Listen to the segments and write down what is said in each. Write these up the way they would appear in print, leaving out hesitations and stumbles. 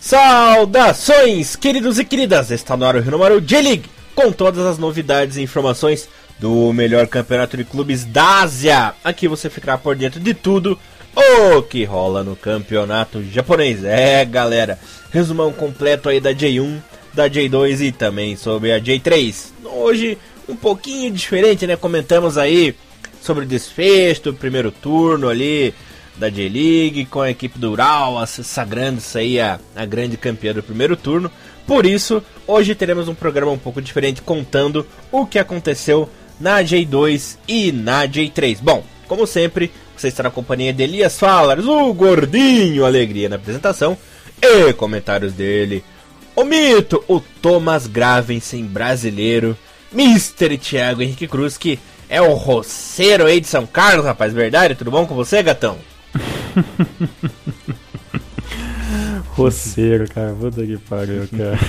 Saudações, queridos e queridas! Está no ar o Hinomaru J-League, com todas as novidades e informações do melhor campeonato de clubes da Ásia. Aqui você ficará por dentro de tudo o que rola no campeonato japonês. Galera, resumão completo aí da J1, da J2 e também sobre a J3. Hoje, um pouquinho diferente, né? Comentamos aí sobre o desfecho do primeiro turno ali da J-League, com a equipe do Ural sagrando-se aí a grande campeã do primeiro turno. Por isso, hoje teremos um programa um pouco diferente, contando o que aconteceu na J2 e na J3. Bom, como sempre, você está na companhia de Elias Falares, o gordinho alegria na apresentação, e comentários dele, o mito, o Thomas Gravensen brasileiro, Mr. Thiago Henrique Cruz, que é o roceiro aí de São Carlos, rapaz, verdade? Tudo bom com você, gatão? Roceiro, cara, puta que pariu, cara.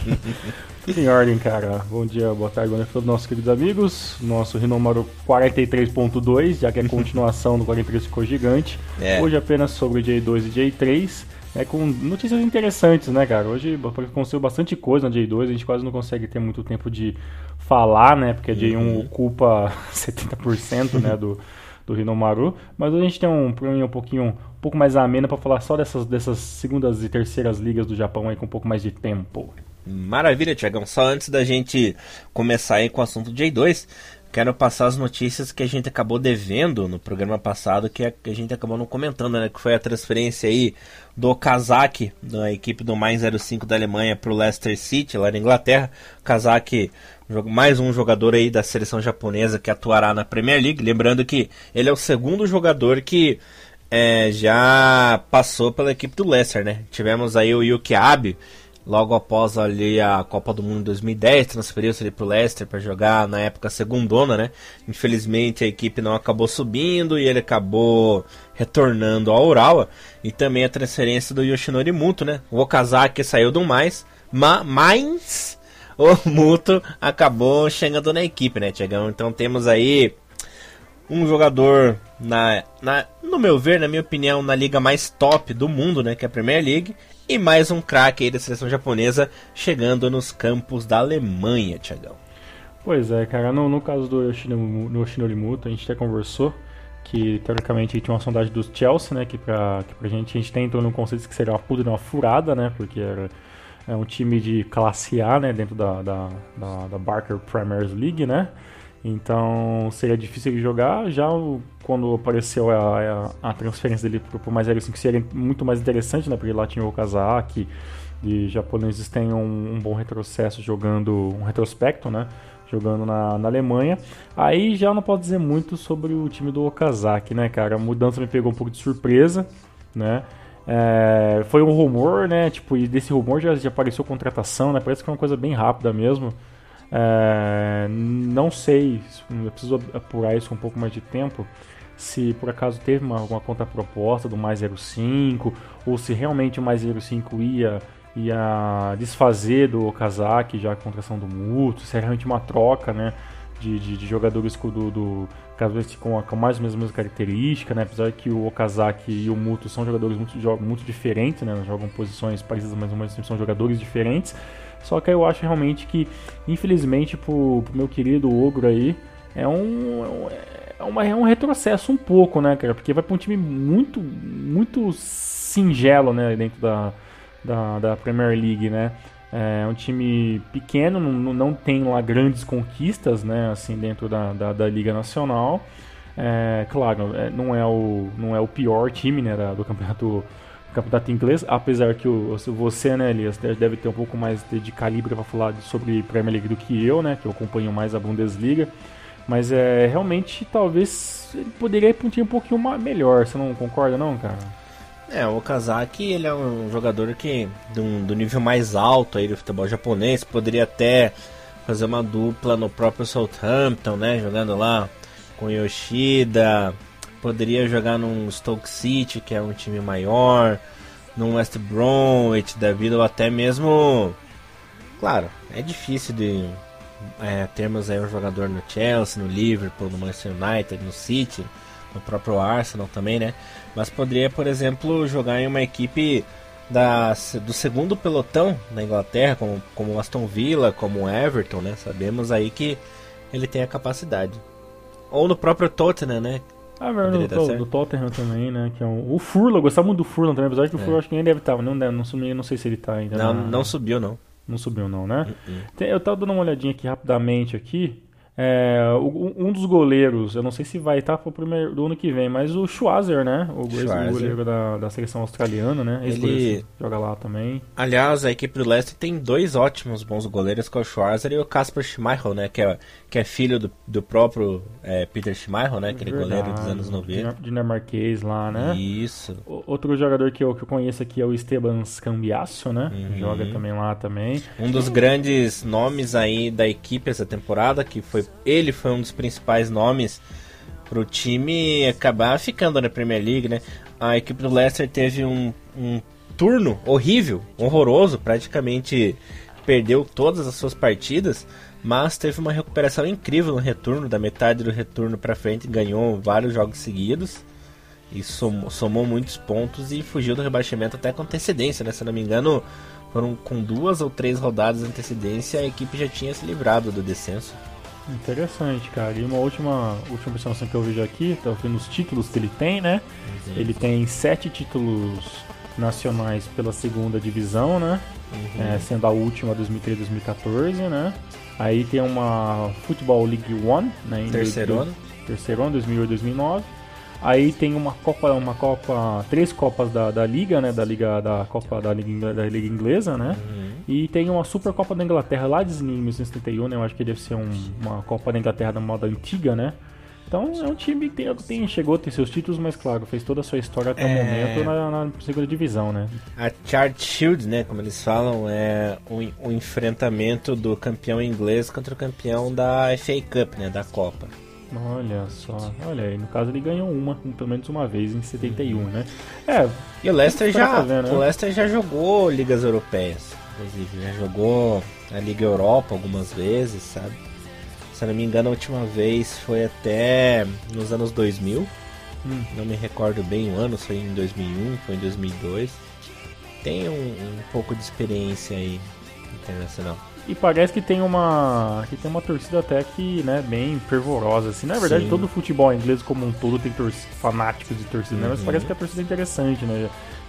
Em ordem, cara. Bom dia, boa tarde, boa noite a todos os nossos queridos amigos. Nosso Hinomaru 43.2, já que a continuação do 43 ficou gigante. Hoje apenas sobre J2 e J3, com notícias interessantes, né, cara? Hoje aconteceu bastante coisa na J2, a gente quase não consegue ter muito tempo de falar, né, porque a J1 ocupa 70%, né, do Hinomaru, mas hoje a gente tem um programa um pouco mais ameno para falar só dessas segundas e terceiras ligas do Japão aí com um pouco mais de tempo. Maravilha, Thiagão. Só antes da gente começar aí com o assunto J2, quero passar as notícias que a gente acabou devendo no programa passado, que a gente acabou não comentando, né? Que foi a transferência aí do Okazaki, da equipe do Mainz 05 da Alemanha, para o Leicester City, lá na Inglaterra. Okazaki, mais um jogador aí da seleção japonesa que atuará na Premier League. Lembrando que ele é o segundo jogador que já passou pela equipe do Leicester, né? Tivemos aí o Yuki Abe, logo após ali a Copa do Mundo 2010, transferiu-se ali pro Leicester para jogar na época segundona, né? Infelizmente a equipe não acabou subindo e ele acabou retornando ao Urawa. E também a transferência do Yoshinori Muto, né? O Okazaki saiu do Mainz, mas o Muto acabou chegando na equipe, né, Tiagão? Então temos aí um jogador, no meu ver, na minha opinião, na liga mais top do mundo, né, que é a Premier League, e mais um craque aí da seleção japonesa chegando nos campos da Alemanha, Tiagão. Pois é, cara, no caso do Yoshinori Muto, a gente até conversou que, teoricamente, tinha uma sondagem dos Chelsea, né, que pra gente, a gente tem em torno de um conceito que seria uma puta de uma furada, né, porque é um time de classe A, né, dentro da Barker Premier League, né. Então seria difícil ele jogar. Já quando apareceu a transferência dele pro mais 05 seria muito mais interessante, né? Porque lá tinha o Okazaki, e japoneses têm um bom retrocesso jogando, um retrospecto, né? Jogando na Alemanha. Aí já não posso dizer muito sobre o time do Okazaki, né, cara? A mudança me pegou um pouco de surpresa, né? Foi um rumor, né? Tipo, e desse rumor já apareceu contratação, né? Parece que é uma coisa bem rápida mesmo. Não sei, eu preciso apurar isso com um pouco mais de tempo, se por acaso teve alguma contraproposta do mais 05, ou se realmente o mais 05 ia desfazer do Okazaki já a contratação do Muto, se é realmente uma troca, né, de jogadores com mais ou menos a mesma característica, né, apesar que o Okazaki e o Muto são jogadores muito diferentes, né, jogam posições parecidas, mas ao mesmo tempo são jogadores diferentes. Só que eu acho realmente que, infelizmente, pro meu querido Ogro aí, é um retrocesso um pouco, né, cara? Porque vai pra um time muito, muito singelo, né, dentro da Premier League, né? É um time pequeno, não tem lá grandes conquistas, né, assim, dentro da Liga Nacional. Claro, não é o pior time, né, do campeonato inglês, apesar que você, né, Elias, deve ter um pouco mais de calibre para falar sobre Premier League do que eu, né, que eu acompanho mais a Bundesliga, mas realmente talvez ele poderia ir para um time um pouquinho melhor, você não concorda não, cara? O Okazaki, ele é um jogador que do nível mais alto aí do futebol japonês, poderia até fazer uma dupla no próprio Southampton, né, jogando lá com Yoshida. Poderia jogar num Stoke City, que é um time maior, num West Bromwich da vida, ou até mesmo... Claro, é difícil de termos aí um jogador no Chelsea, no Liverpool, no Manchester United, no City, no próprio Arsenal também, né? Mas poderia, por exemplo, jogar em uma equipe do segundo pelotão da Inglaterra, como o Aston Villa, como o Everton, né? Sabemos aí que ele tem a capacidade. Ou no próprio Tottenham, né? Verdade, do Tottenham também, né? Que é o Furlan, eu gostava muito do Furlan também, apesar que o Furlan acho que nem deve estar, não sei se ele tá ainda. Não subiu, não. Não subiu não, né? Eu tava dando uma olhadinha aqui rapidamente aqui. Um dos goleiros, eu não sei se vai estar pro primeiro do ano que vem, mas o Schwarzer, né? O goleiro da seleção australiana, né? Ele joga lá também. Aliás, a equipe do Leicester tem dois ótimos bons goleiros, que é o Schwarzer e o Kasper Schmeichel, né? Que é filho do próprio Peter Schmeichel, né? Aquele goleiro dos anos 90. Dinamarquês lá, né? Isso. Outro jogador que eu conheço aqui é o Esteban Cambiasso, né? Joga também lá também. Um dos grandes nomes aí da equipe essa temporada, que ele foi um dos principais nomes para o time acabar ficando na Premier League, né? A equipe do Leicester teve um turno horrível, horroroso, praticamente perdeu todas as suas partidas, mas teve uma recuperação incrível no retorno, da metade do retorno para frente, ganhou vários jogos seguidos e somou muitos pontos e fugiu do rebaixamento até com antecedência, né? Se não me engano, foram com 2 ou 3 rodadas de antecedência, a equipe já tinha se livrado do descenso. Interessante, cara. E uma última observação que eu vejo aqui, tá vendo os títulos que ele tem, né? Ele tem 7 títulos nacionais pela segunda divisão, né? Sendo a última 2013-2014, né? Aí tem uma Football League One, né? Terceiro ano, 2008-2009. Aí tem três copas da Liga, né? Da Liga Inglesa, né? E tem uma Supercopa da Inglaterra lá de 1971, né? Eu acho que deve ser uma Copa da Inglaterra da moda antiga, né? Então é um time que chegou a ter seus títulos, mas claro, fez toda a sua história até o momento na segunda divisão, né? A Charity Shield, né? Como eles falam, é o enfrentamento do campeão inglês contra o campeão da FA Cup, né? Da Copa. Olha só, olha aí, no caso ele ganhou pelo menos uma vez em 71, né? E o Leicester já jogou ligas europeias, inclusive, já jogou a Liga Europa algumas vezes, sabe? Se eu não me engano, a última vez foi até nos anos 2000, não me recordo bem o ano, foi em 2001, foi em 2002. Tem um pouco de experiência aí internacional. E parece que tem uma torcida até que, né, bem fervorosa, assim. Na verdade, todo o futebol inglês como um todo tem fanáticos de torcida, né? Mas parece que a torcida é interessante, né?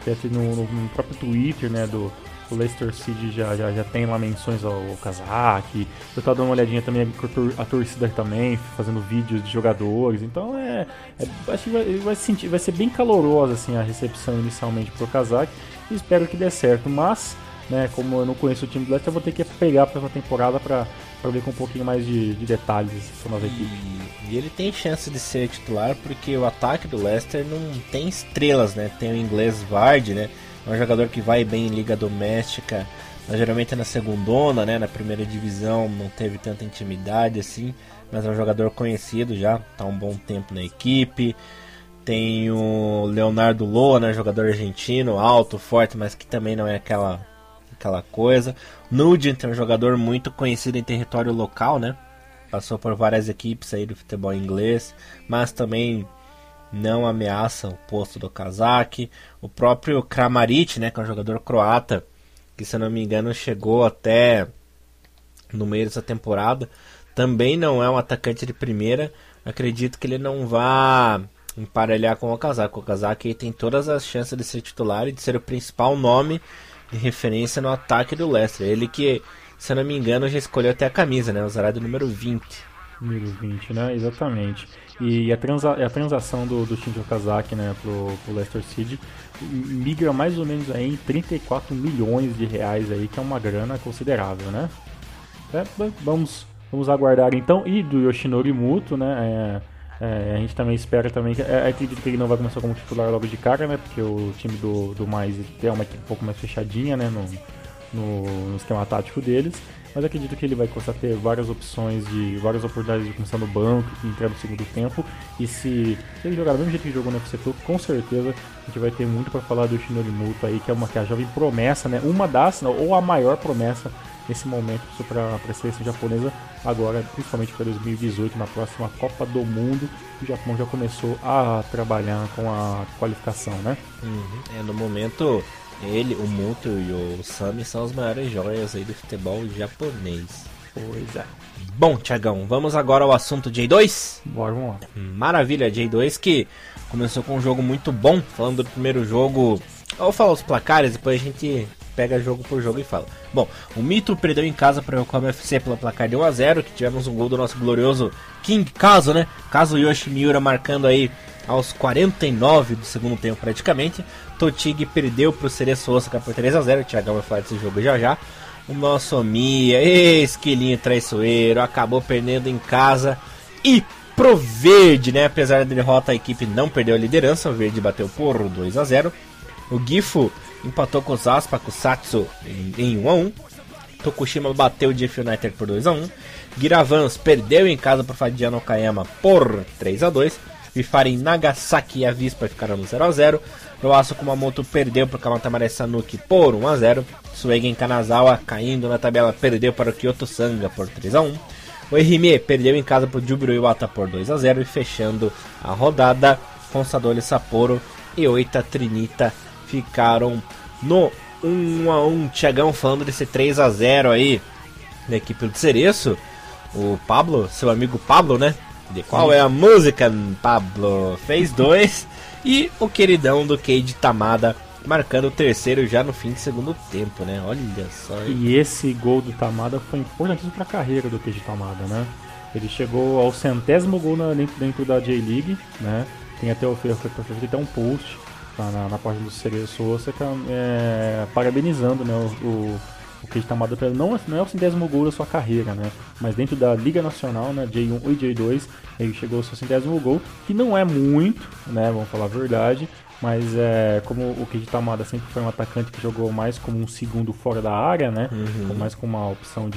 No próprio Twitter, né, do Leicester City já tem lá menções ao Kazak. Eu tava dando uma olhadinha também a torcida também, fazendo vídeos de jogadores. Então acho que vai ser bem calorosa assim, a recepção inicialmente pro Kazak. E espero que dê certo, mas... né, como eu não conheço o time do Leicester, eu vou ter que pegar para essa temporada para ver com um pouquinho mais de detalhes essa nova equipe. E ele tem chance de ser titular porque o ataque do Leicester não tem estrelas, né? Tem o inglês Vardy, né? É um jogador que vai bem em liga doméstica, mas geralmente é na segundona, né? Na primeira divisão não teve tanta intimidade assim, mas é um jogador conhecido já, tá um bom tempo na equipe. Tem o Leonardo Loa, né? Jogador argentino, alto, forte, mas que também não é aquela coisa. Nugent é um jogador muito conhecido em território local, né? Passou por várias equipes aí do futebol inglês, mas também não ameaça o posto do Kazak. O próprio Kramaric, né, que é um jogador croata, que se eu não me engano chegou até no meio dessa temporada, também não é um atacante de primeira. Acredito que ele não vá emparelhar com o Kazak. O Kazak tem todas as chances de ser titular e de ser o principal nome de referência no ataque do Leicester. Ele que, se eu não me engano, já escolheu até a camisa, né? Usará do número 20. Número 20, né? Exatamente. E a transação do Shinji Okazaki, né, pro Leicester City migra mais ou menos aí em 34 milhões de reais aí, que é uma grana considerável, né? Vamos aguardar então. E do Yoshinori Muto, né? A gente também espera também que acredito que ele não vai começar como titular logo de cara, né? Porque o time do Mais é uma equipe um pouco mais fechadinha, né? No esquema tático deles. Mas acredito que ele vai começar a ter várias oportunidades de começar no banco, de entrar no segundo tempo. E se ele jogar do mesmo jeito que jogou no FC Tour, com certeza a gente vai ter muito para falar do Yoshinori Muto aí, que é a jovem promessa, né? Ou a maior promessa nesse momento para a seleção japonesa, agora principalmente para 2018, na próxima Copa do Mundo. O Japão já começou a trabalhar com a qualificação, né? No momento Ele, o Muto e o Sami são as maiores joias aí do futebol japonês. Pois é. Bom, Thiagão, vamos agora ao assunto J2? Bora, vamos lá. Maravilha, J2 que começou com um jogo muito bom. Falando do primeiro jogo, eu vou falar os placares, depois a gente pega jogo por jogo e fala. Bom, o Mito perdeu em casa para o Yokohama FC pelo placar de 1-0, que tivemos um gol do nosso glorioso King Kazu, né? Kazu Yoshimiura marcando aí aos 49 do segundo tempo praticamente. Totig perdeu para o Cereço Osaka por 3-0, o Thiagão vai falar desse jogo já já. O nosso Mia, esquilinho traiçoeiro, acabou perdendo em casa. E pro Verde, né? Apesar da derrota, a equipe não perdeu a liderança. O Verde bateu por 2-0. O Gifu empatou com os Aspa, com o Satsu em 1-1. Tokushima bateu o GF United por 2-1. Giravans perdeu em casa por Fadiano Okayama por 3-2. Vifari em Nagasaki e a Vispa ficaram no 0-0. Roasu Kumamoto perdeu para o Kamatamare Sanuki por 1-0. Suegen Kanazawa caindo na tabela perdeu para o Kyoto Sanga por 3-1. O Ehime perdeu em casa para o Jubilo Iwata por 2-0. E fechando a rodada, Consadole Sapporo e Oita Trinita ficaram no 1-1. Thiagão, falando desse 3-0 aí da equipe do Cereço, o Pablo, seu amigo Pablo, né? De qual é a música, Pablo? Fez 2. E o queridão do Keiji Tamada marcando o terceiro já no fim de segundo tempo, né? Olha só. E esse gol do Tamada foi importantíssimo para a carreira do Keiji Tamada, né? Ele chegou ao 100º gol dentro da J-League, né? Tem até até um post na página do Cereço Osaka parabenizando, né, o Keiji Tamada. Não é o 100º gol da sua carreira, né? Mas dentro da Liga Nacional, né, J1 e J2, ele chegou ao seu 100º gol, que não é muito, né? Vamos falar a verdade. Mas como o Keiji Tamada sempre foi um atacante que jogou mais como um segundo fora da área, né? Mais como uma opção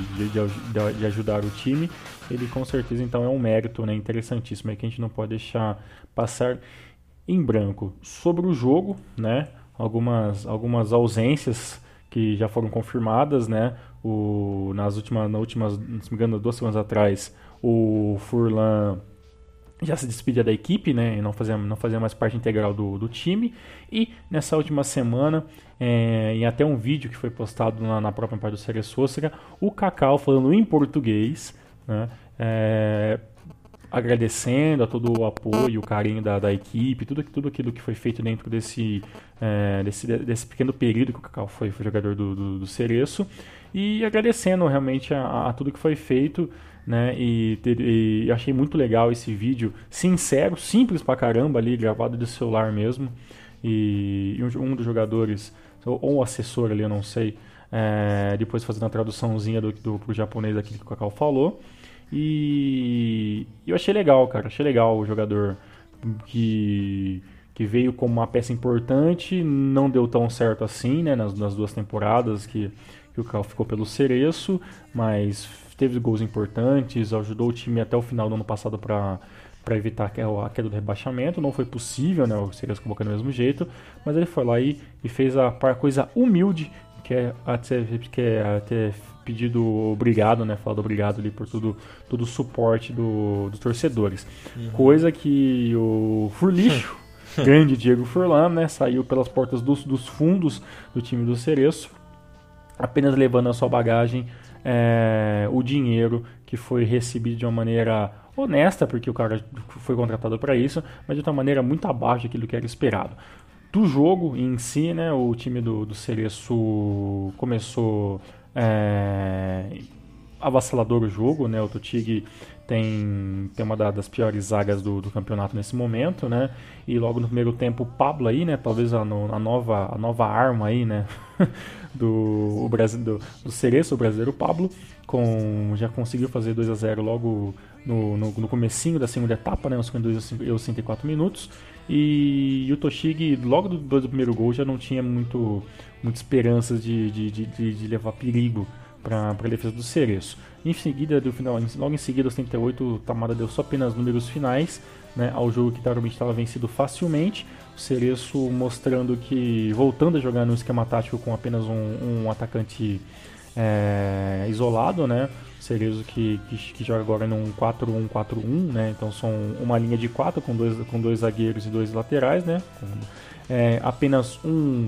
de ajudar o time, ele com certeza então é um mérito, né, interessantíssimo, que a gente não pode deixar passar em branco. Sobre o jogo, né, algumas ausências que já foram confirmadas, né? Nas últimas, se não me engano, 2 semanas atrás, o Furlan já se despedia da equipe, né, e não fazia mais parte integral do time. E nessa última semana, em até um vídeo que foi postado na própria parte do Cereço Osaka, o Cacau falando em português, né, agradecendo a todo o apoio e o carinho da equipe, tudo aquilo que foi feito dentro desse pequeno período que o Cacau foi jogador do Cereço, e agradecendo realmente a tudo que foi feito, né? E achei muito legal esse vídeo, sincero, simples pra caramba ali, gravado de celular mesmo. E um dos jogadores, ou um assessor ali, eu não sei, depois fazendo a traduçãozinha pro japonês aqui que o Cacau falou. E eu achei legal, cara. Achei legal o jogador que veio como uma peça importante, não deu tão certo assim, né, nas 2 temporadas que o Cacau ficou pelo Cereço, mas teve gols importantes, ajudou o time até o final do ano passado para evitar a queda do rebaixamento. Não foi possível, né, o Cereço convocando do mesmo jeito, mas ele foi lá e fez a coisa humilde, que é até pedido obrigado, né, falado obrigado ali por todo o suporte dos torcedores. Coisa que o Furlixo, grande Diego Furlan, né, saiu pelas portas dos fundos do time do Cereço, apenas levando a sua bagagem o dinheiro que foi recebido de uma maneira honesta, porque o cara foi contratado para isso, mas de uma maneira muito abaixo daquilo que era esperado. Do jogo em si, né, o time do Cereço começou avassalador o jogo, né? O Totig tem uma das piores zagas do campeonato nesse momento, né? E logo no primeiro tempo o Pablo aí, né? Talvez a nova arma aí, né? do Cereço, o brasileiro Pablo, já conseguiu fazer 2-0 logo no comecinho da segunda etapa, né? Os 52 e 64 minutos. E o Toshig, logo do primeiro gol, já não tinha muita esperança de levar perigo para a defesa do Cereço. Em seguida, logo em seguida, aos 38, o Tamada deu só apenas números finais, né, ao jogo que teoricamente estava vencido facilmente. O Cereço mostrando que, voltando a jogar no esquema tático com apenas um atacante isolado, né? O Cerezo que joga agora num 4-1-4-1, né? Então são uma linha de 4 com dois zagueiros e 2 laterais, né? Apenas um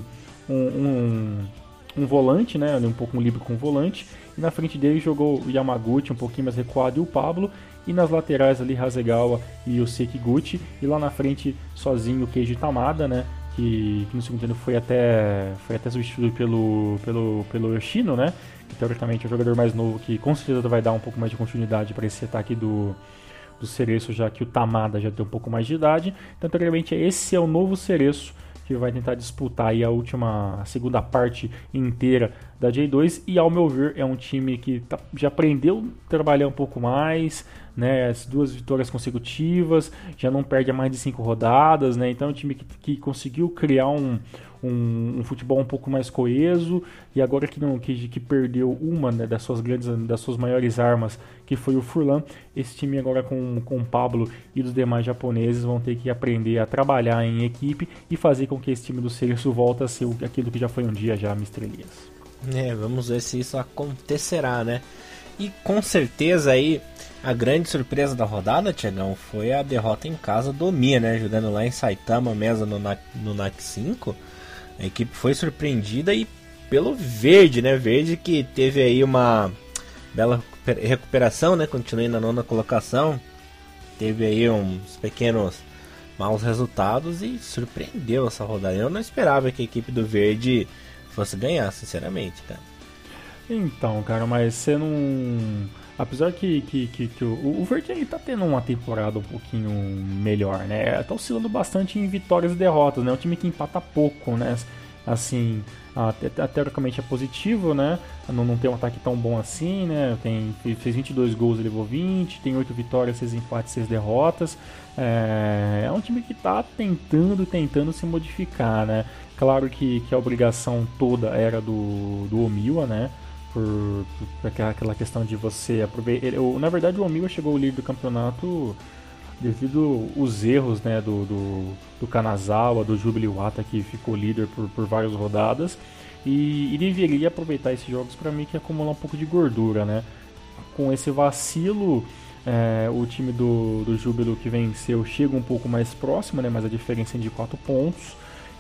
um volante, né, um pouco um livre com volante, e na frente dele jogou o Yamaguchi um pouquinho mais recuado e o Pablo, e nas laterais ali Hasegawa e o Sekiguchi, e lá na frente sozinho o Keiji Tamada, né, que no segundo tempo foi até substituído pelo Yoshino, né, que teoricamente é um jogador mais novo que com certeza vai dar um pouco mais de continuidade para esse ataque do Cereço, já que o Tamada já tem um pouco mais de idade. Então, teoricamente, esse é o novo Cereço que vai tentar disputar aí a segunda parte inteira da J2, e ao meu ver é um time que já aprendeu a trabalhar um pouco mais, né, as 2 vitórias consecutivas, já não perde a mais de 5 rodadas, né, então é um time que conseguiu criar um futebol um pouco mais coeso, e agora que perdeu uma, né, das suas maiores armas, que foi o Furlan, esse time agora com o Pablo e os demais japoneses vão ter que aprender a trabalhar em equipe e fazer com que esse time do Cereço volte a ser aquilo que já foi um dia já, Mr. Elias. Vamos ver se isso acontecerá, né? E com certeza aí a grande surpresa da rodada, Tiagão, foi a derrota em casa do Omiya, né? Jogando lá em Saitama mesmo no NAC 5. A equipe foi surpreendida e pelo Verde, né? Verde que teve aí uma bela recuperação, né? Continua na 9ª colocação. Teve aí uns pequenos maus resultados e surpreendeu essa rodada. Eu não esperava que a equipe do Verde fosse ganhar, sinceramente, cara. Então, cara, mas você não... Apesar que o Verde aí tá tendo uma temporada um pouquinho melhor, né? Tá oscilando bastante em vitórias e derrotas, né? É um time que empata pouco, né? Assim, teoricamente é positivo, né? Não tem um ataque tão bom assim, né? Fez 22 gols e levou 20, tem 8 vitórias, 6 empates, 6 derrotas. É um time que tá tentando se modificar, né? Claro que a obrigação toda era do Omiwa, né? Por aquela questão de você aproveitar. Na verdade, o Omiwa chegou ao líder do campeonato devido aos erros, né, do Kanazawa, do Jubilee Wata, que ficou líder por várias rodadas, e deveria aproveitar esses jogos para meio que acumular um pouco de gordura, né? Com esse vacilo, o time do Júbilo que venceu chega um pouco mais próximo, né? Mas a diferença é de 4 pontos.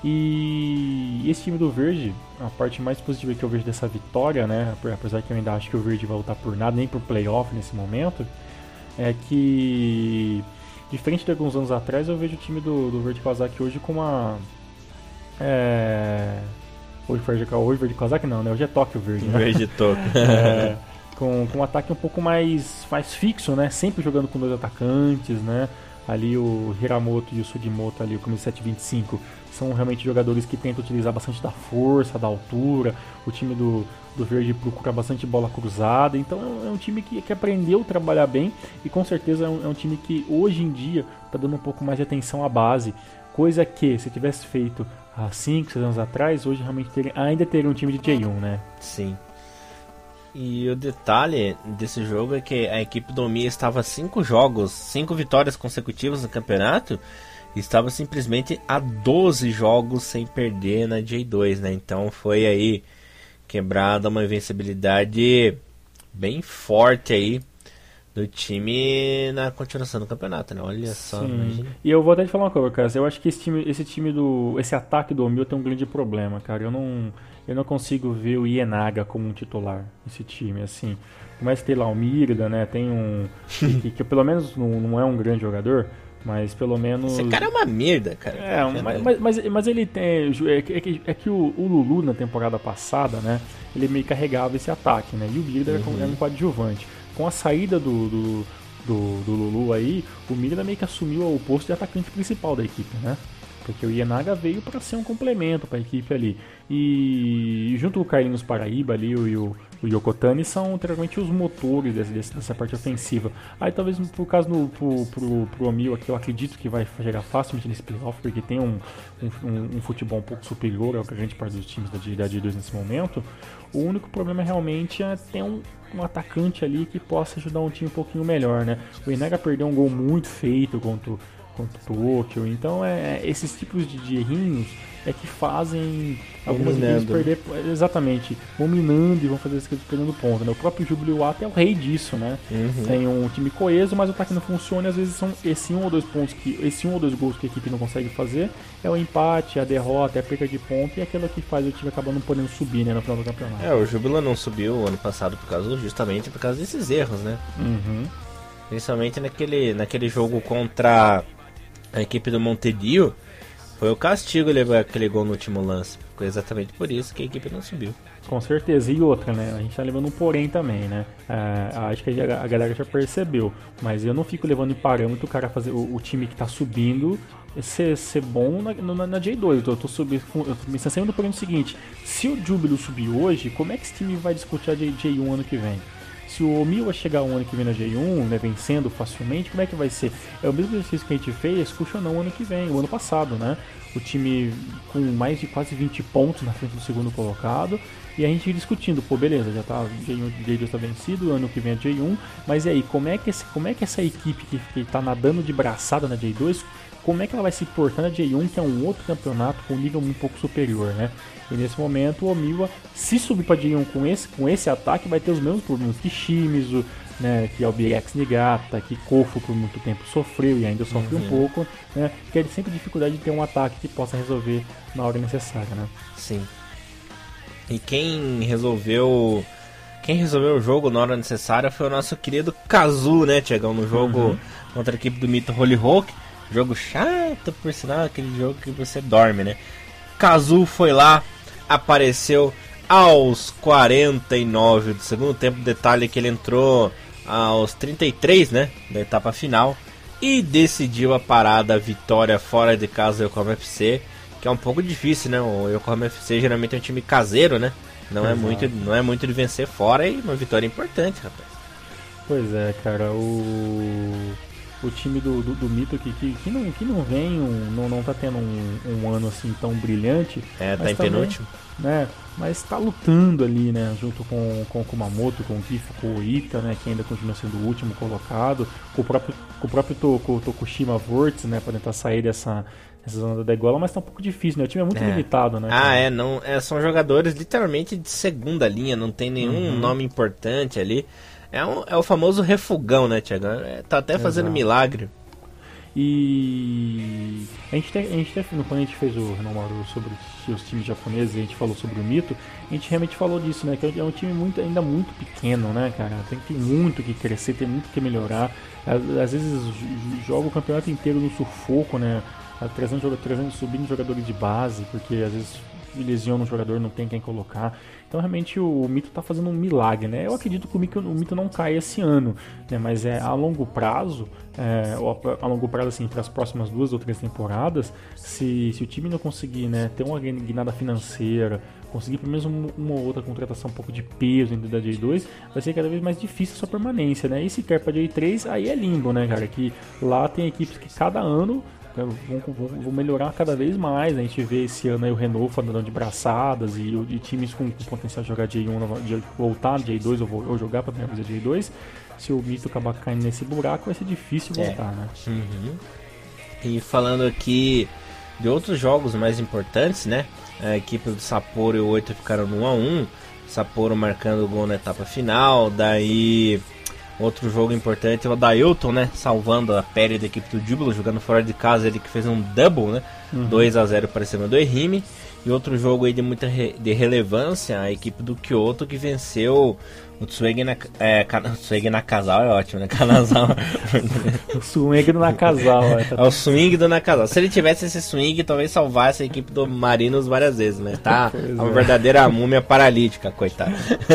E esse time do Verde, a parte mais positiva que eu vejo dessa vitória, né, apesar que eu ainda acho que o Verde vai lutar por nada, nem por playoff nesse momento, é que, diferente de alguns anos atrás, eu vejo o time do Verde Kawasaki hoje com uma... Hoje Verde Kawasaki não, né? Hoje é Tóquio Verde, né? Verde Tóquio. Com um ataque um pouco mais fixo, né? Sempre jogando com 2 atacantes, né? Ali o Hiramoto e o Sugimoto, ali o camisa 725, são realmente jogadores que tentam utilizar bastante da força, da altura. O time do Verde procura bastante bola cruzada. Então é um time que aprendeu a trabalhar bem, e com certeza é um time que hoje em dia está dando um pouco mais de atenção à base. Coisa que, se tivesse feito há 5, 6 anos atrás, hoje realmente ainda teria um time de J1, né? Sim. E o detalhe desse jogo é que a equipe do Omiya estava 5 vitórias consecutivas no campeonato, e estava simplesmente a 12 jogos sem perder na J2, né? Então foi aí quebrada uma invencibilidade bem forte aí do time na continuação do campeonato, né? Olha só, imagina. E eu vou até te falar uma coisa, cara. Eu acho que esse ataque do Omiya tem um grande problema, cara. Eu não consigo ver o Ienaga como um titular nesse time, assim. Começa a ter lá o Mirda, né? Tem que pelo menos não é um grande jogador, mas pelo menos... Esse cara é uma merda, cara. Mas ele tem... É que o Lulu, na temporada passada, né? Ele meio carregava esse ataque, né? E o Mirda era um coadjuvante. Com a saída do Lulu aí, o Mirda meio que assumiu o posto de atacante principal da equipe, né? Porque o Ienaga veio para ser um complemento para a equipe ali. E junto com o Carlinhos Paraíba ali e o Yokotani são literalmente os motores dessa parte ofensiva. Aí talvez por caso pro Omiya, que eu acredito que vai chegar facilmente nesse playoff, porque tem um futebol um pouco superior ao grande parte dos times da J2 nesse momento. O único problema realmente é ter um atacante ali que possa ajudar um time um pouquinho melhor, né? O Ienaga perdeu um gol muito feito contra contra o Tokyo. Então esses tipos de errinhos é que fazem algumas equipes perder, exatamente, vão minando e vão fazer as equipes perdendo ponto, né? O próprio Júbilo Iwata é o rei disso, né? Tem um time coeso, mas o ataque não funciona, e às vezes são esse um ou dois gols que a equipe não consegue fazer, é o empate, a derrota, é a perda de ponto, e é aquilo que faz o time acabar não podendo subir, né, no final do campeonato. O Júbilo não subiu ano passado justamente por causa desses erros, né? Principalmente naquele jogo contra a equipe do Montedio. Foi o castigo levar aquele gol no último lance. Foi exatamente por isso que a equipe não subiu. Com certeza. E outra, né? A gente tá levando um porém também, né? Acho que a galera já percebeu. Mas eu não fico levando em parâmetro o cara fazer o time que tá subindo ser bom na J2. Eu tô me distanciando por o seguinte: se o Júbilo subir hoje, como é que esse time vai discutir a J1 ano que vem? Se o Omiwa chegar o ano que vem na J1, né, vencendo facilmente, como é que vai ser? É o mesmo exercício que a gente fez com o Shonan o ano que vem, o ano passado, né? O time com mais de quase 20 pontos na frente do segundo colocado, e a gente discutindo, pô, beleza, já tá, J2 está vencido, ano que vem é J1, mas e aí, como é que essa equipe que tá nadando de braçada na J2, como é que ela vai se portar na J1, que é um outro campeonato com um nível um pouco superior, né? E nesse momento o Omiwa, se subir para J1 com esse ataque, vai ter os mesmos problemas que Shimizu, né, que Albirex Niigata, que Kofu por muito tempo sofreu e ainda sofre um pouco, né? Que é sempre dificuldade de ter um ataque que possa resolver na hora necessária, né? Sim. E quem resolveu o jogo na hora necessária foi o nosso querido Kazu, né, Tiagão, no jogo contra a equipe do Mito Hollyhock. Jogo chato, por sinal, aquele jogo que você dorme, né? Kazu foi lá, apareceu aos 49 do segundo tempo. Detalhe que ele entrou aos 33, né, da etapa final, e decidiu a parada, a vitória fora de casa do Yokohama FC, que é um pouco difícil, né? O Yokohama FC geralmente é um time caseiro, né? Não é muito de vencer fora, e uma vitória importante, rapaz. Pois é, cara, o time do Mito que não vem, não tá tendo um ano assim tão brilhante. Tá em penúltimo. Né, mas tá lutando ali, né, junto com o Kumamoto, com o Gifu, com o Ita, né, que ainda continua sendo o último colocado, com o próprio Tokushima Vortex, né, para tentar sair dessa zona da degola, mas tá um pouco difícil, né, o time é muito limitado, né. São jogadores literalmente de segunda linha, não tem nenhum nome importante ali. É o famoso refugão, né, Thiago? Tá até fazendo milagre. E a gente quando a gente fez o Renomaru sobre os times japoneses, a gente falou sobre o Mito, a gente realmente falou disso, né? Que é um time ainda muito pequeno, né, cara? Tem muito que crescer, tem muito que melhorar. Às vezes joga o campeonato inteiro no sufoco, né? Subindo jogadores de base, porque às vezes lesiona um jogador, não tem quem colocar. Então realmente o Mito tá fazendo um milagre, né? Eu acredito que o Mito não cai esse ano, né? Mas a longo prazo, assim, para as próximas 2 ou 3 temporadas, se o time não conseguir, né, ter uma guinada financeira, conseguir pelo menos uma ou outra contratação um pouco de peso dentro da J2, vai ser cada vez mais difícil a sua permanência, né? E se quer para J3, aí é limbo, né, cara? Que lá tem equipes que cada ano vão melhorar cada vez mais. A gente vê esse ano aí o Renault andando de braçadas e times com potencial de jogar J1, de voltar de J2 ou jogar para a primeira vez J2. Se o Mito acabar caindo nesse buraco, vai ser difícil voltar, né? E falando aqui de outros jogos mais importantes, né? A equipe do Sapporo e o 8 ficaram no 1-1. Sapporo marcando o gol na etapa final. Daí outro jogo importante é o Dailton, né? Salvando a pele da equipe do Júbilo, jogando fora de casa, ele que fez um double, né? 2-0 para cima do Ehime. E outro jogo aí de muita relevância, a equipe do Kyoto, que venceu o Tsuegi Nakazao, é ótimo, né? Kanazawa. O swing do Nakazawa. É o swing do Nakazawa. Se ele tivesse esse swing, talvez salvasse a equipe do Marinos várias vezes, né? Tá uma verdadeira múmia paralítica, coitado.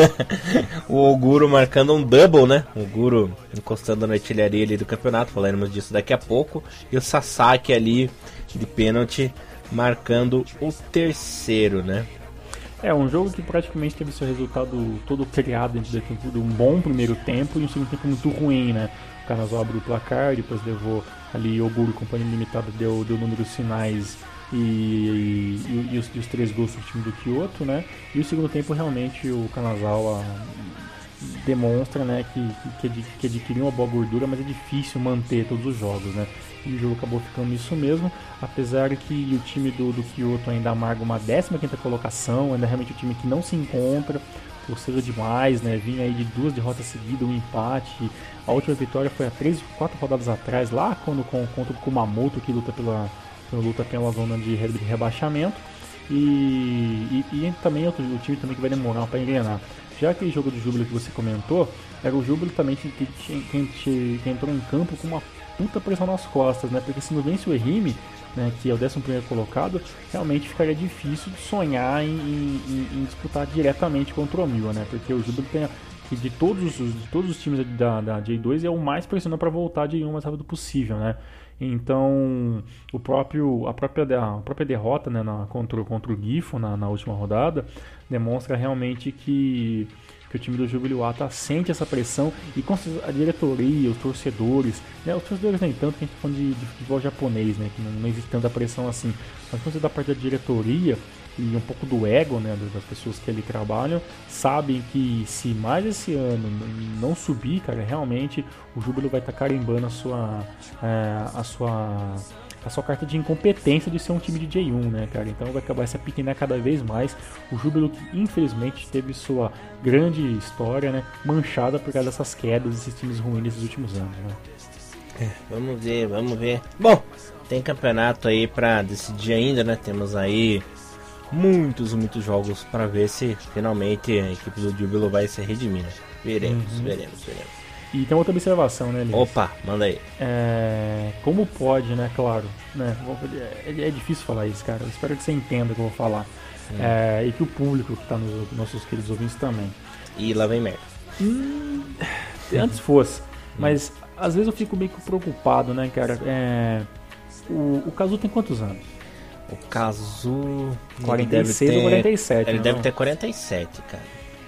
O Oguro marcando um double, né? O Oguro encostando na artilharia ali do campeonato, falaremos disso daqui a pouco. E o Sasaki ali de pênalti marcando o terceiro, né? É um jogo que praticamente teve seu resultado todo criado dentro de um bom primeiro tempo e um segundo tempo muito ruim, né? O Kanazawa abriu o placar, depois levou ali Oguro e Companhia Limitada, deu números finais e os 3 gols do time do Kyoto, né? E o segundo tempo realmente o Kanazawa demonstra, né, que adquiriu uma boa gordura, mas é difícil manter todos os jogos, né? E o jogo acabou ficando nisso mesmo, apesar que o time do Kyoto ainda amarga uma 15ª colocação, ainda é realmente um time que não se encontra, ou seja, demais, né? Vinha aí de 2 derrotas seguidas, um empate. A última vitória foi há 4 rodadas atrás, lá contra o Kumamoto, que luta pela zona de rebaixamento. E também o time também que vai demorar para engrenar. Já aquele jogo do Júbilo que você comentou, era o Júbilo também que entrou em campo com uma puta pressão nas costas, né? Porque se não vence o Ehime, né, que é o 11º colocado, realmente ficaria difícil de sonhar em disputar diretamente contra o Mil, né? Porque o Júbilo tem que de todos os times da J2 é o mais pressionado para voltar de J1 o mais rápido possível, né? Então a própria derrota, né, contra o Gifu na última rodada demonstra realmente que o time do Júbilo Ata sente essa pressão, e com a diretoria, os torcedores, né, os torcedores nem tanto, que a gente está falando de futebol japonês, né, que não existe tanta pressão assim, mas quando você dá parte da diretoria e um pouco do ego, né, das pessoas que ali trabalham, sabem que se mais esse ano não subir, cara, realmente o Júbilo vai estar carimbando a sua carta de incompetência de ser um time de J1, né, cara? Então vai acabar se apequenar cada vez mais. O Júbilo, que infelizmente teve sua grande história, né, manchada por causa dessas quedas, desses times ruins nesses últimos anos, né? Vamos ver. Bom, tem campeonato aí pra decidir ainda, né? Temos aí muitos jogos pra ver se finalmente a equipe do Júbilo vai se redimir, né? Veremos. E tem outra observação, né, Elias? Opa, manda aí. Como pode, né, claro, né, é difícil falar isso, cara, eu espero que você entenda o que eu vou falar. E que o público que está nos nossos queridos ouvintes também. E lá vem merda. Antes fosse, mas às vezes eu fico meio que preocupado, né, cara. O Kazu tem quantos anos? O Kazu... 46 ou 47, Ele né, deve ter 47, cara.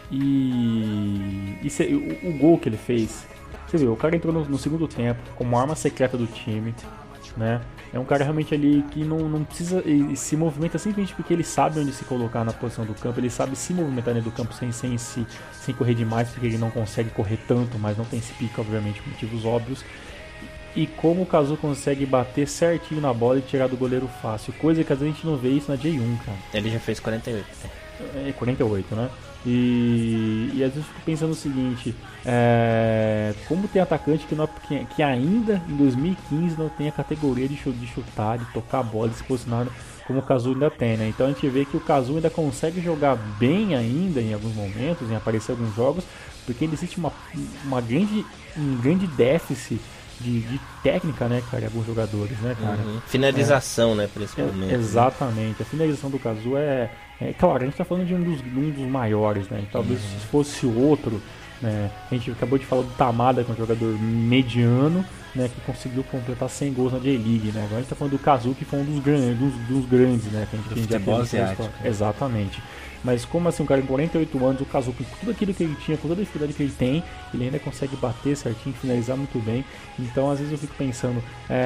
E o gol que ele fez, você viu, o cara entrou no segundo tempo como arma secreta do time, né? É um cara realmente ali que não precisa, ele se movimenta simplesmente porque ele sabe onde se colocar na posição do campo, ele sabe se movimentar dentro do campo sem correr demais, porque ele não consegue correr tanto, mas não tem esse pique, obviamente, por motivos óbvios. E como o Kazu consegue bater certinho na bola e tirar do goleiro fácil, coisa que às vezes a gente não vê isso na J1, cara. Ele já fez 48. 48, né? E às vezes eu fico pensando o seguinte, como tem atacante que ainda em 2015 não tem a categoria de chutar, de tocar a bola, de se posicionar como o Kazu ainda tem, né? Então a gente vê que o Kazu ainda consegue jogar bem ainda em alguns momentos, em aparecer em alguns jogos, porque ainda existe um grande déficit de técnica, né, cara, em alguns jogadores, né, cara? Finalização, né, principalmente. Exatamente, a finalização do Kazu claro, a gente tá falando de um dos maiores, né? Talvez se fosse outro, né? A gente acabou de falar do Tamada, que é um jogador mediano, né? Que conseguiu completar 100 gols na J-League, né? Agora a gente tá falando do Kazu, que foi um dos grandes, né? Que a gente já teve. Exatamente. Mas como assim, um cara com 48 anos, o Kazu, com tudo aquilo que ele tinha, com toda a dificuldade que ele tem, ele ainda consegue bater certinho, finalizar muito bem. Então às vezes eu fico pensando,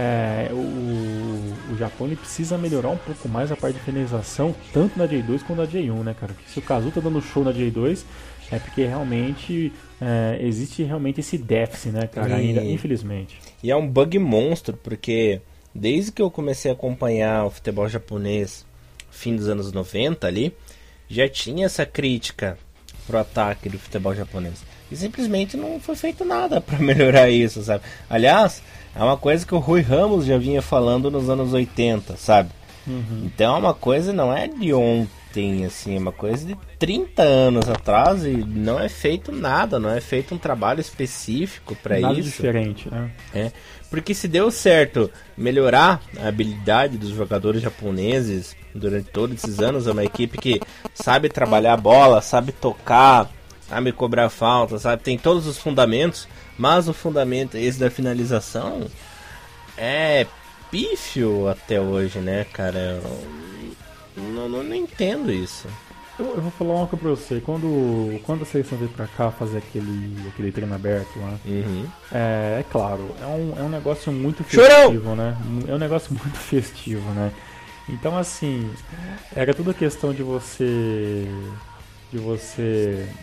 o Japão ele precisa melhorar um pouco mais a parte de finalização, tanto na J2 quanto na J1, né, cara? Porque se o Kazu tá dando show na J2, é porque realmente existe realmente esse déficit, né, cara, ainda, infelizmente. E é um bug monstro, porque desde que eu comecei a acompanhar o futebol japonês, fim dos anos 90 ali, já tinha essa crítica pro ataque do futebol japonês. E simplesmente não foi feito nada para melhorar isso, sabe? Aliás, é uma coisa que o Rui Ramos já vinha falando nos anos 80, sabe? Então é uma coisa, não é de ontem, assim, é uma coisa de 30 anos atrás e não é feito nada, não é feito um trabalho específico para isso. Nada diferente, né? Porque se deu certo melhorar a habilidade dos jogadores japoneses durante todos esses anos, é uma equipe que sabe trabalhar a bola, sabe tocar, sabe cobrar falta, sabe, tem todos os fundamentos, mas o fundamento esse da finalização é pífio até hoje, né, cara? Eu não entendo isso. Eu vou falar uma coisa pra você. Quando a seleção veio pra cá fazer aquele treino aberto lá, é claro, é um negócio muito festivo, né? É um negócio muito festivo, né? Então, assim, era tudo questão de você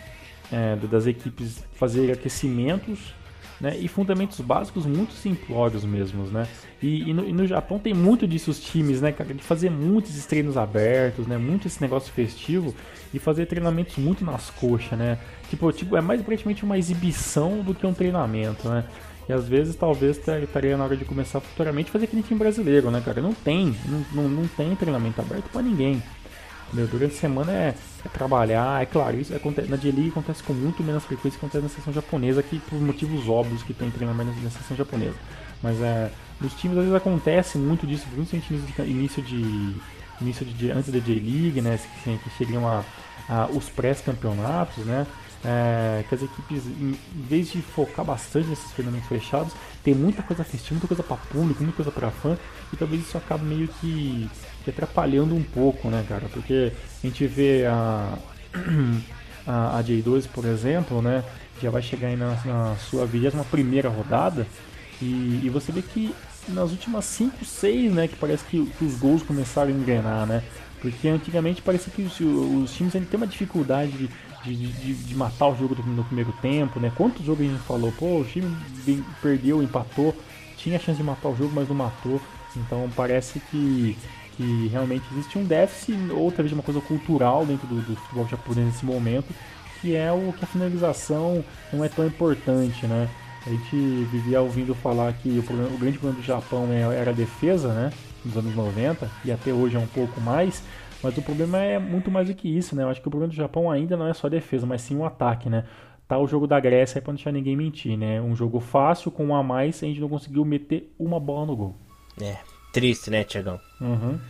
das equipes fazer aquecimentos, né, e fundamentos básicos muito simplórios mesmo, né? E no Japão tem muito disso os times, né, cara, de fazer muitos treinos abertos, né, muito esse negócio festivo e fazer treinamentos muito nas coxas, né? Tipo, é mais praticamente uma exibição do que um treinamento, né? E às vezes talvez estaria na hora de começar futuramente a fazer aquele time brasileiro, né, cara? Não tem treinamento aberto pra ninguém. Durante a semana é trabalhar, é claro, isso acontece, na J-League acontece com muito menos frequência que acontece na seção japonesa, que por motivos óbvios que tem treinamento na seção japonesa. Mas nos times às vezes acontece muito disso, principalmente início de antes da J-League, né, que seriam os pré-campeonatos, né, que as equipes, em vez de focar bastante nesses treinamentos fechados, tem muita coisa festiva, muita coisa para público, muita coisa para fã, e talvez isso acabe meio que atrapalhando um pouco, né, cara? Porque a gente vê a J2, por exemplo, né, já vai chegar aí na sua 21ª rodada, e você vê que nas últimas 5, 6, né, que parece que os gols começaram a engrenar, né? Porque antigamente parecia que os times ainda têm uma dificuldade de matar o jogo no primeiro tempo, né? Quantos jogos a gente falou, pô, o time perdeu, empatou, tinha a chance de matar o jogo, mas não matou. Então parece que realmente existe um déficit, ou talvez uma coisa cultural dentro do futebol japonês nesse momento, que é que a finalização não é tão importante, né? A gente vivia ouvindo falar que o grande problema do Japão era a defesa, né? Nos anos 90, e até hoje é um pouco mais, mas o problema é muito mais do que isso, né? Eu acho que o problema do Japão ainda não é só a defesa, mas sim o ataque, né? Tá o jogo da Grécia aí pra não deixar ninguém mentir, né? Um jogo fácil, com um a mais, a gente não conseguiu meter uma bola no gol. Triste, né, Thiagão? Uhum.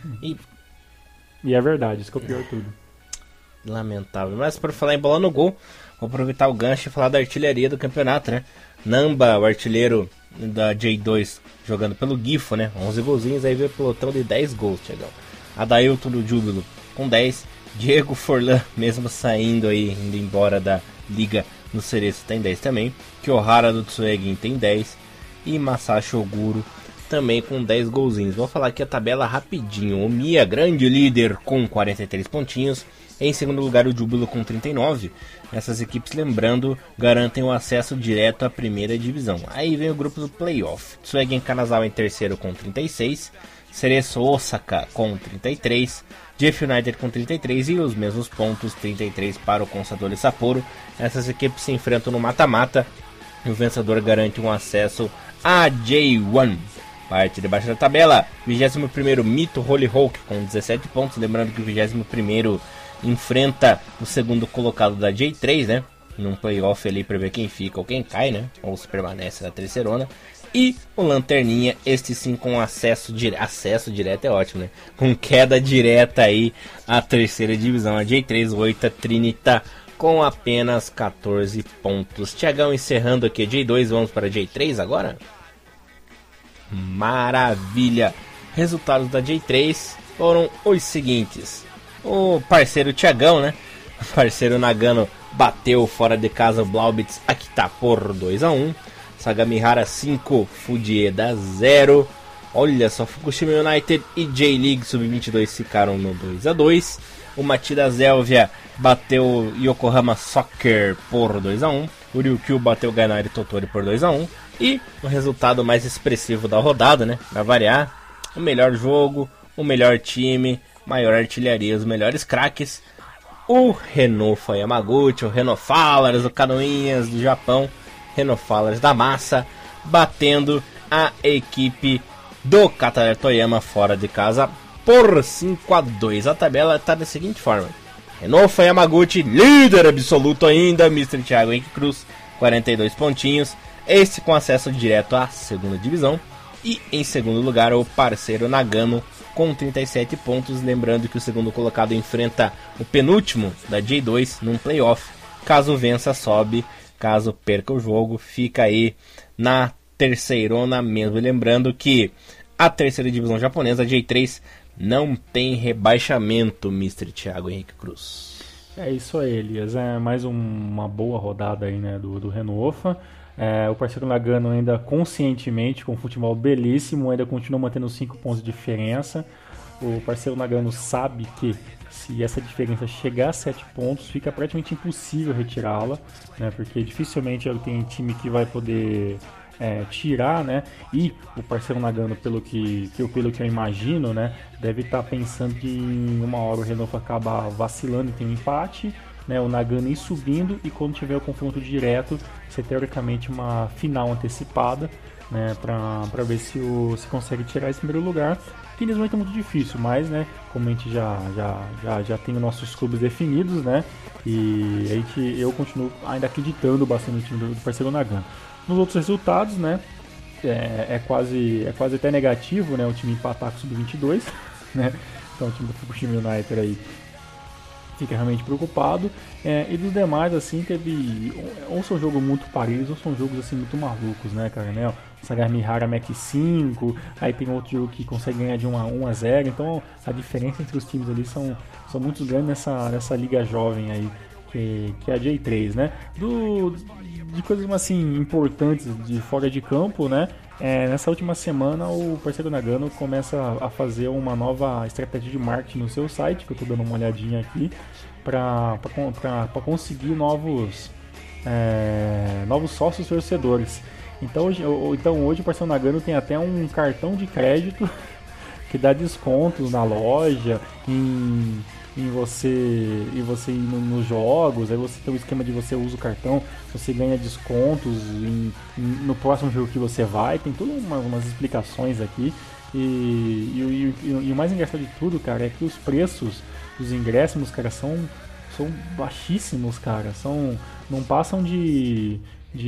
E é verdade, isso que é o pior tudo. Lamentável. Mas por falar em bola no gol, vou aproveitar o gancho e falar da artilharia do campeonato, né? Namba, o artilheiro da J2, jogando pelo Gifu, né? 11 golzinhos, aí veio o pelotão de 10 gols, Thiagão. Adailton do Júbilo com 10. Diego Forlan, mesmo saindo aí, indo embora da liga no Cereço, tem 10 também. Kyohara do Tsuegin tem 10. E Masashi Oguro também com 10 golzinhos. Vou falar aqui a tabela rapidinho. O Mia, grande líder, com 43 pontinhos. Em segundo lugar, o Júbilo com 39. Essas equipes, lembrando, garantem o acesso direto à primeira divisão. Aí vem o grupo do playoff. Tsuegen Kanazawa em terceiro com 36. Cereço Osaka com 33. Jeff United com 33 e os mesmos pontos, 33 para o Consadole Sapporo. Essas equipes se enfrentam no mata-mata e o vencedor garante um acesso à J1. Parte de baixo da tabela, 21º Mito Holy Hulk com 17 pontos. Lembrando que o 21º enfrenta o segundo colocado da J3, né? Num playoff ali para ver quem fica ou quem cai, né? Ou se permanece na terceirona. E o Lanterninha, este sim com acesso direto é ótimo, né? Com queda direta aí à terceira divisão, a J3, 8 Trinita com apenas 14 pontos. Thiagão, encerrando aqui a J2, vamos para a J3 agora? Maravilha! Resultados da J3 foram os seguintes. O parceiro Thiagão, né? O parceiro Nagano bateu fora de casa o Blaubitz Akita por 2-1. Sagamihara 5, Fujieda 0. Olha só, Fukushima United e J-League Sub-22 ficaram no 2-2. O Matida Zelvia bateu Yokohama Soccer por 2-1. O Ryukyu bateu Gainari Totori por 2-1. E o resultado mais expressivo da rodada, né? Pra variar, o melhor jogo, o melhor time, maior artilharia, os melhores craques. O Renofa Yamaguchi, o Renofalaras, o Canoinhas do Japão. Renofalaras da massa, batendo a equipe do Kataré Toyama fora de casa por 5-2. A tabela está da seguinte forma: Renofa Yamaguchi, líder absoluto ainda, Mr. Thiago Henrique Cruz, 42 pontinhos, este com acesso direto à segunda divisão. E em segundo lugar, o parceiro Nagano com 37 pontos. Lembrando que o segundo colocado enfrenta o penúltimo da J2 num playoff. Caso vença, sobe. Caso perca o jogo, fica aí na terceirona mesmo. E lembrando que a terceira divisão japonesa, a J3, não tem rebaixamento, Mr. Thiago Henrique Cruz. É isso aí, Elias. É mais uma boa rodada aí, né, do Renofa. O parceiro Nagano ainda conscientemente, com um futebol belíssimo, ainda continua mantendo 5 pontos de diferença. o parceiro Nagano sabe que se essa diferença chegar a 7 pontos, fica praticamente impossível retirá-la, né? Porque dificilmente ele tem time que vai poder tirar, né? E o parceiro Nagano, pelo que eu imagino, né, deve estar pensando que em uma hora o Renofa acaba vacilando e tem um empate, né, o Nagano ir subindo, e quando tiver o confronto direto, ser teoricamente uma final antecipada, né, para ver se consegue tirar esse primeiro lugar, que nesse momento é muito difícil, mas, né, como a gente já tem os nossos clubes definidos, né, e eu continuo ainda acreditando bastante no time do parceiro Nagano. Nos outros resultados, né, é quase até negativo, né, o time empatar com o Sub-22, né, então o time do Fukushima United aí fica realmente preocupado, e dos demais, assim, teve, ou são jogos muito parelhos, ou são jogos, assim, muito malucos, né, cara, né, o Sagamihara Mac 5, aí tem outro jogo que consegue ganhar de 1-0, então a diferença entre os times ali são muito grandes nessa liga jovem aí, que é a J3, né, de coisas, assim, importantes de fora de campo, né, nessa última semana o parceiro Nagano começa a fazer uma nova estratégia de marketing no seu site, que eu estou dando uma olhadinha aqui, para conseguir novos sócios torcedores. Então hoje o parceiro Nagano tem até um cartão de crédito que dá descontos na loja, em você ir nos jogos, aí você tem um esquema de você usa o cartão, você ganha descontos no próximo jogo que você vai, tem todas umas explicações aqui, e o mais engraçado de tudo, cara, é que os preços dos ingressos, cara, são baixíssimos, cara, não passam de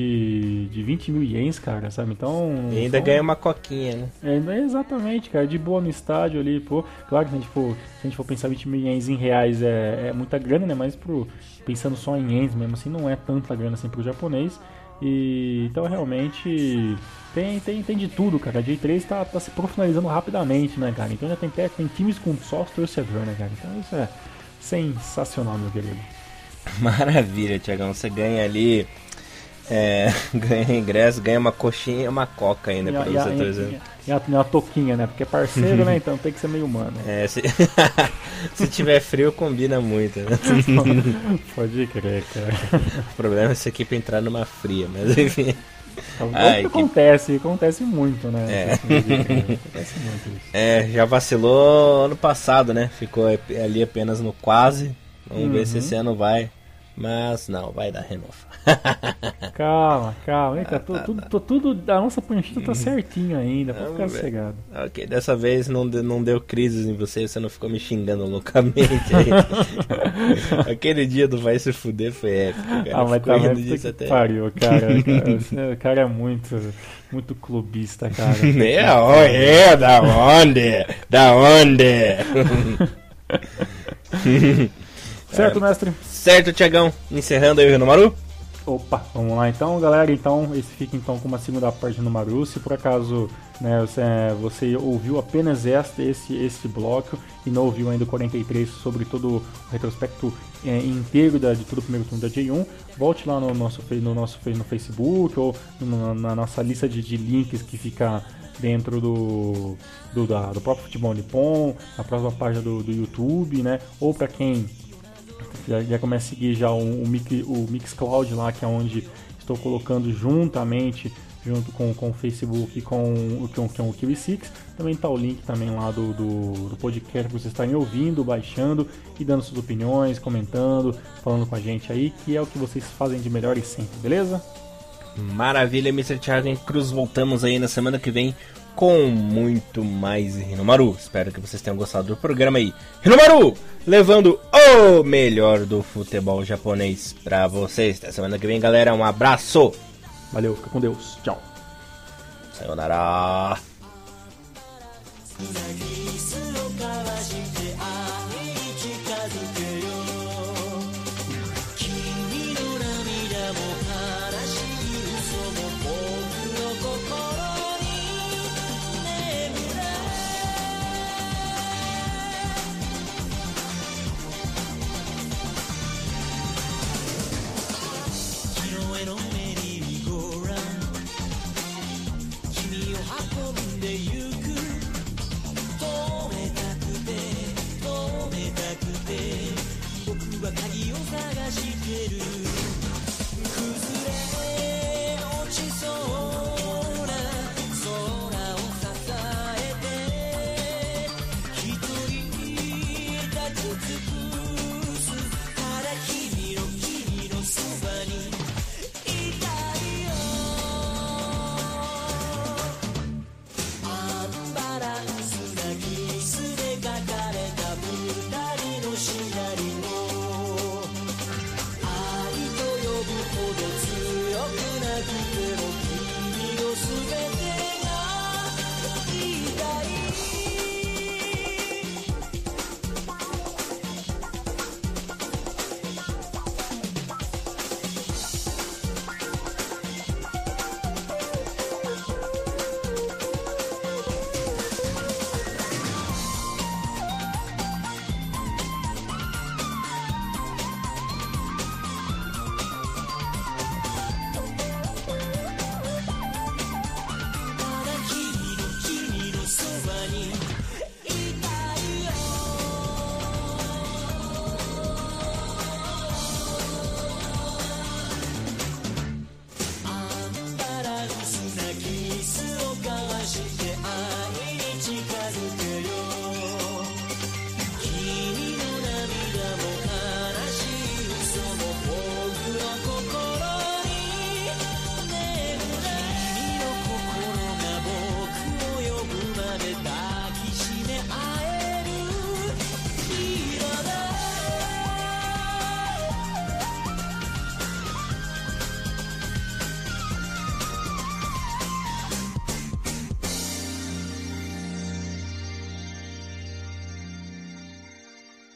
20 mil ienes, cara, sabe? Então. E ainda ganha uma coquinha, né? Exatamente, cara, de boa no estádio ali, pô. Claro que se a gente for pensar 20 mil ienes em reais é muita grana, né? Mas pensando só em ienes mesmo assim, não é tanta grana assim pro japonês. E então realmente tem de tudo, cara. A J3 tá se profissionalizando rapidamente, né, cara? Então já tem times com sócio torcedor, né, cara? Então isso é sensacional, meu querido. Maravilha, Thiagão. Você ganha ali. Ganha ingresso, ganha uma coxinha e uma coca ainda pra você trazer. E uma toquinha, né? Porque é parceiro, né? Então tem que ser meio humano. Se tiver frio, combina muito, né? Pode crer, cara. O problema é essa equipe entrar numa fria, mas enfim. Acontece muito, né? Acontece muito isso. Já vacilou ano passado, né? Ficou ali apenas no quase. Vamos ver se esse ano vai. Mas não, vai dar Renofa. Calma. Eita, tudo a nossa pranchita tá certinho ainda, pode ficar sossegado. Ok, dessa vez não deu crise em você não ficou me xingando loucamente aí. Aquele dia do vai se fuder foi épico, cara. Mas também que pariu, cara. O cara é muito clubista, cara. Da onde? Certo, mestre? Certo, Thiagão. Encerrando aí o Renomaru. Opa, vamos lá então, galera. Então, esse fica então com uma segunda parte do Renomaru. Se por acaso, né, você ouviu apenas esse bloco e não ouviu ainda o 43 sobre todo o retrospecto inteiro de todo o primeiro turno da J1, volte lá no nosso no Facebook ou na nossa lista de links que fica dentro do próprio Futebol Nippon, na próxima página do YouTube, né? Ou para quem já começa a seguir já o Mixcloud lá, que é onde estou colocando junto com o Facebook e com o Kiwi6. Também está o link também lá do podcast que vocês estarem ouvindo, baixando e dando suas opiniões, comentando, falando com a gente aí, que é o que vocês fazem de melhor e sempre, beleza? Maravilha, Mr. Thiago Cruz. Voltamos aí na semana que vem com muito mais Renomaru. Espero que vocês tenham gostado do programa aí. Renomaru, levando o melhor do futebol japonês pra vocês. Até semana que vem, galera. Um abraço. Valeu, fica com Deus. Tchau. Sayonara.